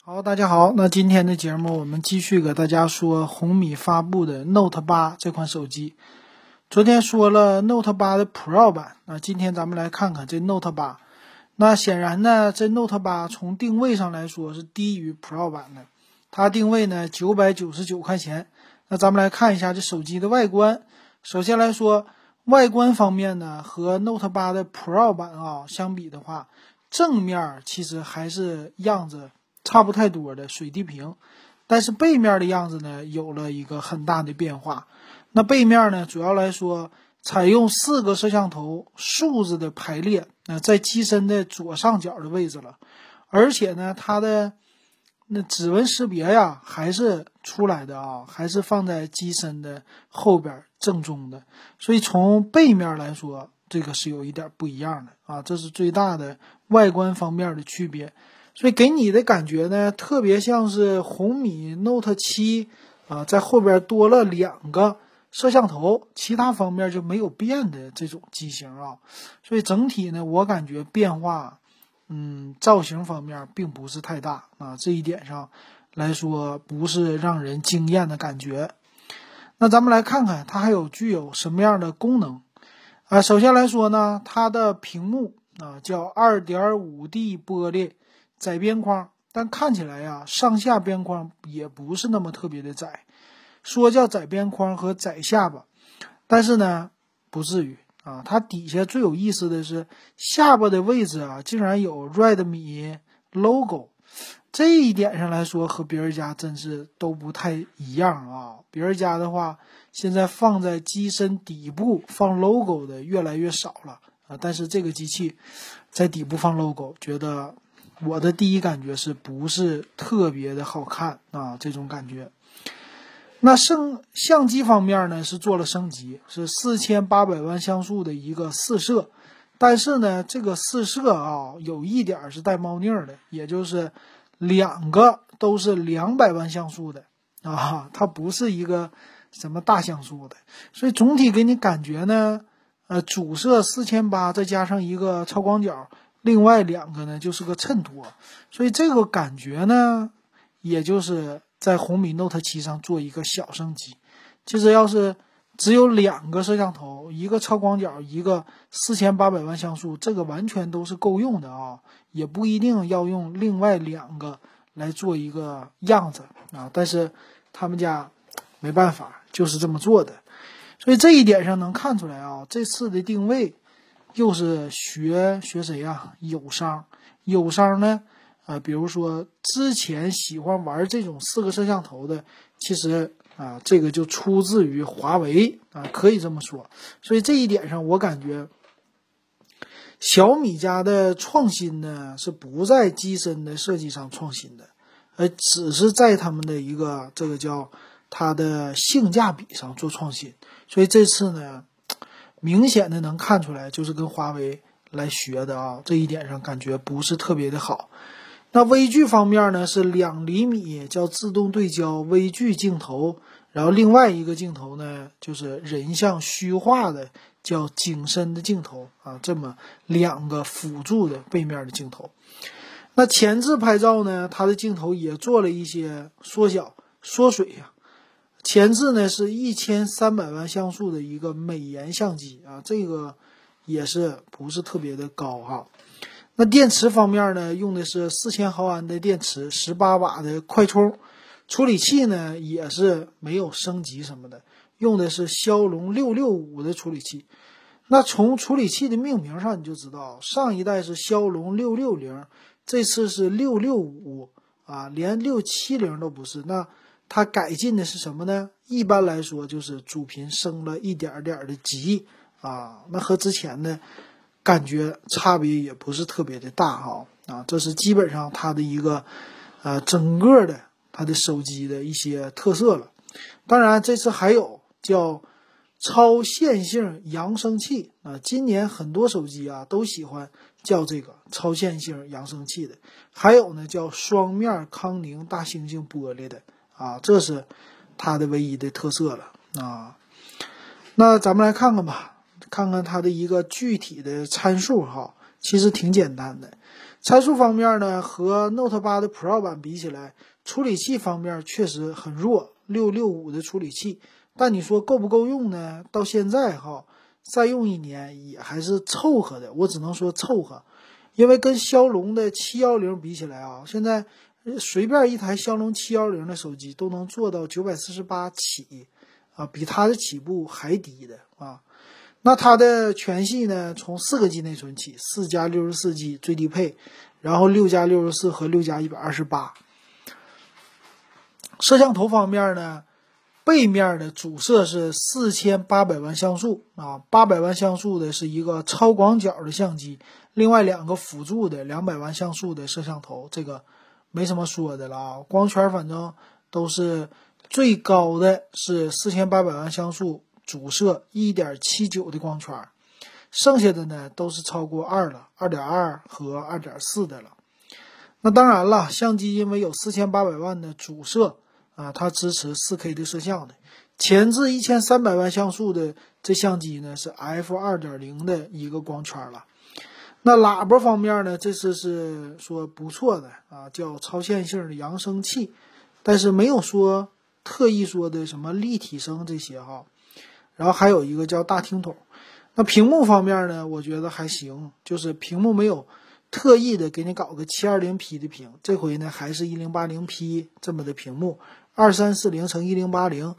好，大家好，那今天的节目我们继续给大家说红米发布的 Note 8这款手机。昨天说了 Note 8的 Pro 版，那今天咱们来看看这 Note 8。那显然呢，这 Note 8从定位上来说是低于 Pro 版的，它定位呢999块钱。那咱们来看一下这手机的外观。首先来说，外观方面呢，和 Note 8的 Pro 版相比的话，正面其实还是样子差不太多的水滴屏，但是背面的样子呢有了一个很大的变化。那背面呢，主要来说采用4个摄像头竖着的排列，在机身的左上角的位置了，而且呢，它的那指纹识别呀还是出来的还是放在机身的后边正中的，所以从背面来说，这个是有一点不一样的这是最大的外观方面的区别。所以给你的感觉呢，特别像是红米 Note 7在后边多了2个摄像头，其他方面就没有变的这种机型所以整体呢，我感觉变化造型方面并不是太大这一点上来说不是让人惊艳的感觉。那咱们来看看它还具有什么样的功能首先来说呢，它的屏幕叫 2.5D 玻璃窄边框，但看起来上下边框也不是那么特别的窄，说叫窄边框和窄下巴，但是呢不至于它底下最有意思的是下巴的位置竟然有 Redmi logo， 这一点上来说和别人家真是都不太一样别人家的话现在放在机身底部放 logo 的越来越少了但是这个机器在底部放 logo， 觉得我的第一感觉是不是特别的好看这种感觉。那相机方面呢是做了升级，是4800万像素的一个4摄，但是呢这个4摄有一点是带猫腻的，也就是2个都是200万像素的它不是一个什么大像素的，所以总体给你感觉呢主摄4800再加上一个超广角，另外2个呢就是个衬托，所以这个感觉呢也就是在红米 Note 7上做一个小升级。其实要是只有2个摄像头，一个超广角，一个4800万像素，这个完全都是够用的也不一定要用另外2个来做一个样子但是他们家没办法，就是这么做的。所以这一点上能看出来这次的定位又是学谁友商呢比如说之前喜欢玩这种4个摄像头的，其实这个就出自于华为可以这么说。所以这一点上我感觉小米家的创新呢是不在机身的设计上创新的，而只是在他们的一个这个叫它的性价比上做创新。所以这次呢明显的能看出来就是跟华为来学的这一点上感觉不是特别的好。那微距方面呢是2厘米叫自动对焦微距镜头，然后另外一个镜头呢就是人像虚化的叫景深的镜头这么2个辅助的背面的镜头。那前置拍照呢，它的镜头也做了一些缩小缩水前置呢是1300万像素的一个美颜相机这个也是不是特别的高那电池方面呢，用的是4000毫安的电池，18瓦的快充，处理器呢也是没有升级什么的，用的是骁龙665的处理器。那从处理器的命名上你就知道，上一代是骁龙660，这次是665连670都不是。那它改进的是什么呢？一般来说就是主频升了一点点的级那和之前的感觉差别也不是特别的大这是基本上它的一个整个的它的手机的一些特色了。当然这次还有叫超线性扬声器今年很多手机都喜欢叫这个超线性扬声器的。还有呢叫双面康宁大猩猩玻璃的这是它的唯一的特色了那咱们来看看吧，看看它的一个具体的参数其实挺简单的。参数方面呢，和 Note 8的 Pro 版比起来，处理器方面确实很弱，665的处理器。但你说够不够用呢？到现在再用1年也还是凑合的，我只能说凑合。因为跟骁龙的710比起来现在随便一台骁龙710的手机都能做到948起比它的起步还低的那它的全系呢，从4个 G 内存起，4加64 G 最低配，然后6加64和6加128。摄像头方面呢，背面的主摄是4800万像素800万像素的是一个超广角的相机，另外2个辅助的200万像素的摄像头，这个没什么说的了光圈反正都是最高的是4800万像素。主摄 1.79 的光圈，剩下的呢都是超过2了 2.2 和 2.4 的了。那当然了，相机因为有4800万的主摄它支持 4K 的摄像的。前置1300万像素的这相机呢是 f2.0 的一个光圈了。那喇叭方面呢，这次是说不错的叫超线性的扬声器，但是没有说特意说的什么立体声这些然后还有一个叫大听筒。那屏幕方面呢，我觉得还行，就是屏幕没有特意的给你搞个 720P 的屏，这回呢还是 1080P 这么的屏幕，2340×1080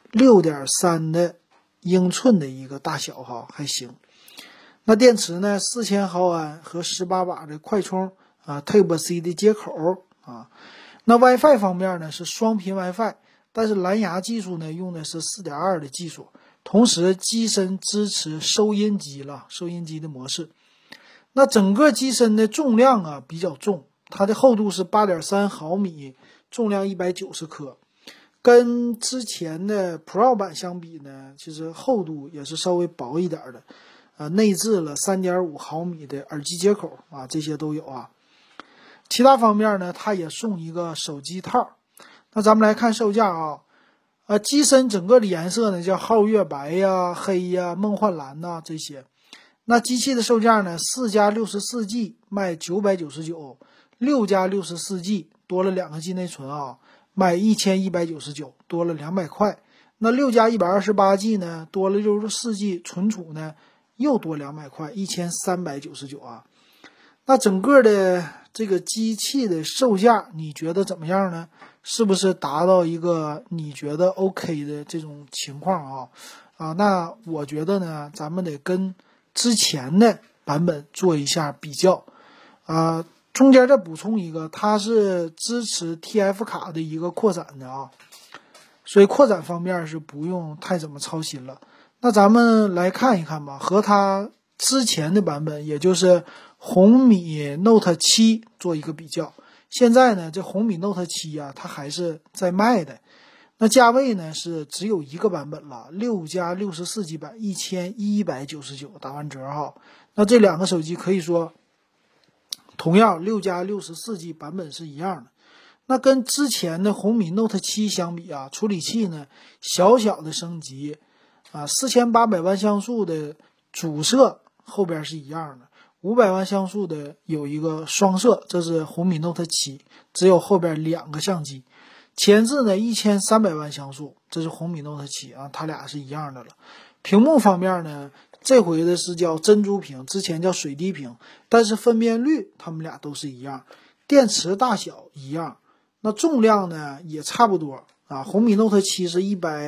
6.3的英寸的一个大小还行。那电池呢4000毫安和18瓦的快充Type C 的接口那 WiFi 方面呢是双频 WiFi， 但是蓝牙技术呢用的是 4.2 的技术。同时机身支持收音机的模式。那整个机身的重量比较重，它的厚度是 8.3 毫米，重量190克。跟之前的 Pro 版相比呢，其实厚度也是稍微薄一点的。内置了 3.5 毫米的耳机接口这些都有其他方面呢，它也送一个手机套。那咱们来看售价机身整个的颜色呢叫皓月白呀、黑呀、梦幻蓝这些。那机器的售价呢，4加64 G 卖999， 6加64 G 多了2个 G 内存卖1199，多了200块。那6加128 G 呢，多了64 G 存储呢，又多200块，1399那整个的这个机器的售价你觉得怎么样呢？是不是达到一个你觉得 OK 的这种情况那我觉得呢，咱们得跟之前的版本做一下比较中间再补充一个，它是支持 TF 卡的一个扩展的所以扩展方面是不用太怎么操心了。那咱们来看一看吧，和它之前的版本，也就是红米 Note 7做一个比较。现在呢，这红米 Note 7它还是在卖的。那价位呢是只有一个版本了，6加64 G 版1199，打完折那这2个手机可以说同样6加64 G 版本是一样的。那跟之前的红米 Note 7相比处理器呢小小的升级4800万像素的主摄后边是一样的，500万像素的有一个双摄，这是红米 Note 7，只有后边2个相机。前置呢1300万像素，这是红米 Note 7它俩是一样的了。屏幕方面呢，这回的是叫珍珠屏，之前叫水滴屏，但是分辨率它们俩都是一样，电池大小一样，那重量呢也差不多红米 Note 7是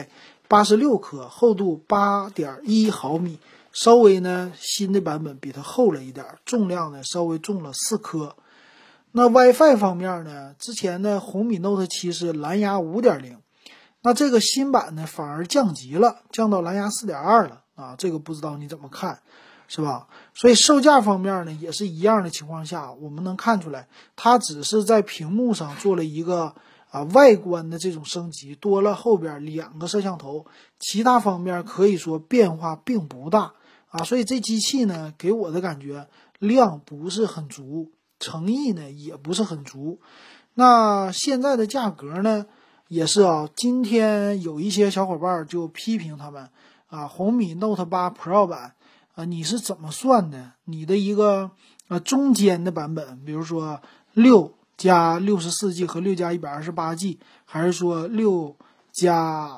186克，厚度 8.1 毫米，稍微呢新的版本比它厚了一点，重量呢稍微重了4克。那 WiFi 方面呢，之前的红米 Note 7是蓝牙 5.0， 那这个新版呢反而降级了，降到蓝牙 4.2 了这个不知道你怎么看，是吧？所以售价方面呢也是一样的情况下，我们能看出来它只是在屏幕上做了一个外观的这种升级，多了后边2个摄像头，其他方面可以说变化并不大所以这机器呢给我的感觉量不是很足，诚意呢也不是很足。那现在的价格呢也是今天有一些小伙伴就批评他们红米 Note 8 Pro 版你是怎么算的？你的一个中间的版本，比如说6加64G 和6加128G，还是说6加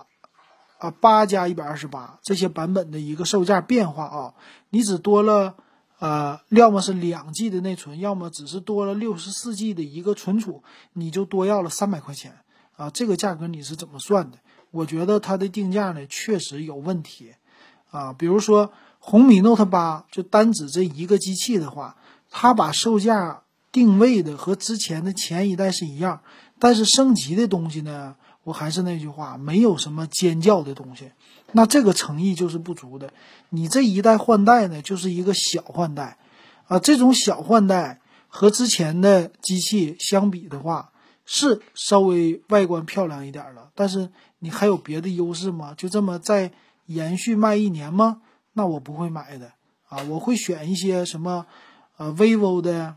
8加128这些版本的一个售价变化啊，你只多了要么是2G 的内存，要么只是多了64G 的一个存储，你就多要了300块钱啊，这个价格你是怎么算的？我觉得它的定价呢确实有问题啊，比如说红米 Note 8就单指这一个机器的话，它把售价定位的和之前的前一代是一样，但是升级的东西呢，我还是那句话，没有什么尖叫的东西，那这个诚意就是不足的。你这一代换代呢，就是一个小换代啊，这种小换代和之前的机器相比的话，是稍微外观漂亮一点了，但是你还有别的优势吗？就这么再延续卖1年吗？那我不会买的啊，我会选一些什么vivo 的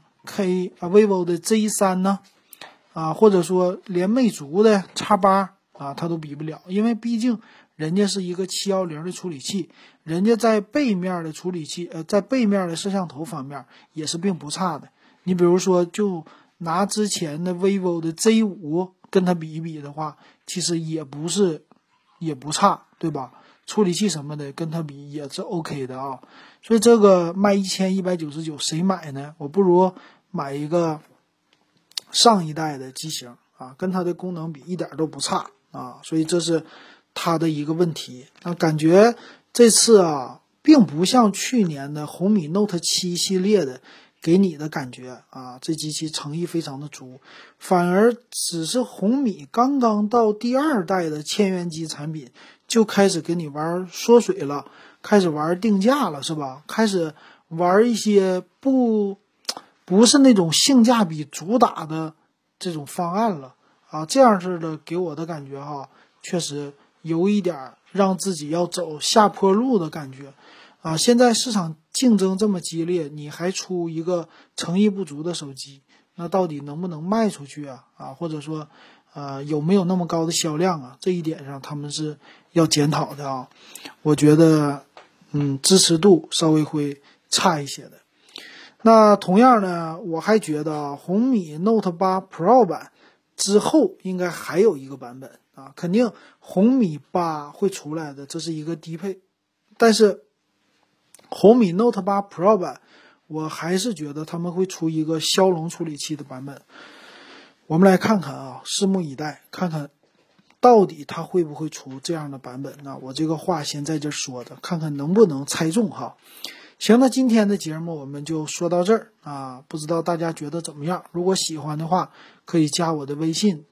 vivo 的 Z3 呢或者说连魅族的 X8它都比不了，因为毕竟人家是一个710的处理器，人家在背面的处理器在背面的摄像头方面也是并不差的。你比如说就拿之前的 vivo 的 Z5 跟它比一比的话，其实也不差，对吧？处理器什么的跟它比也是 OK 的啊，所以这个卖1199谁买呢？我不如买一个上一代的机型啊，跟它的功能比一点都不差啊，所以这是它的一个问题。感觉这次并不像去年的红米 Note 7系列的给你的感觉这机器诚意非常的足，反而只是红米刚刚到第2代的千元机产品就开始给你玩缩水了，开始玩定价了，是吧？开始玩一些不是那种性价比主打的这种方案了这样式的给我的感觉确实有一点让自己要走下坡路的感觉现在市场竞争这么激烈，你还出一个诚意不足的手机，那到底能不能卖出去或者说有没有那么高的销量这一点上他们是要检讨的我觉得支持度稍微会差一些的。那同样呢，我还觉得红米 Note 8 Pro 版之后应该还有一个版本肯定红米8会出来的，这是一个低配，但是红米 Note 8 Pro 版我还是觉得他们会出一个骁龙处理器的版本，我们来看看拭目以待，看看到底它会不会出这样的版本呢？我这个话先在这说的，看看能不能猜中行，那今天的节目我们就说到这儿不知道大家觉得怎么样？如果喜欢的话，可以加我的微信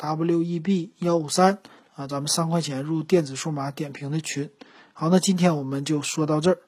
WEB153咱们3块钱入电子数码点评的群。好，那今天我们就说到这儿。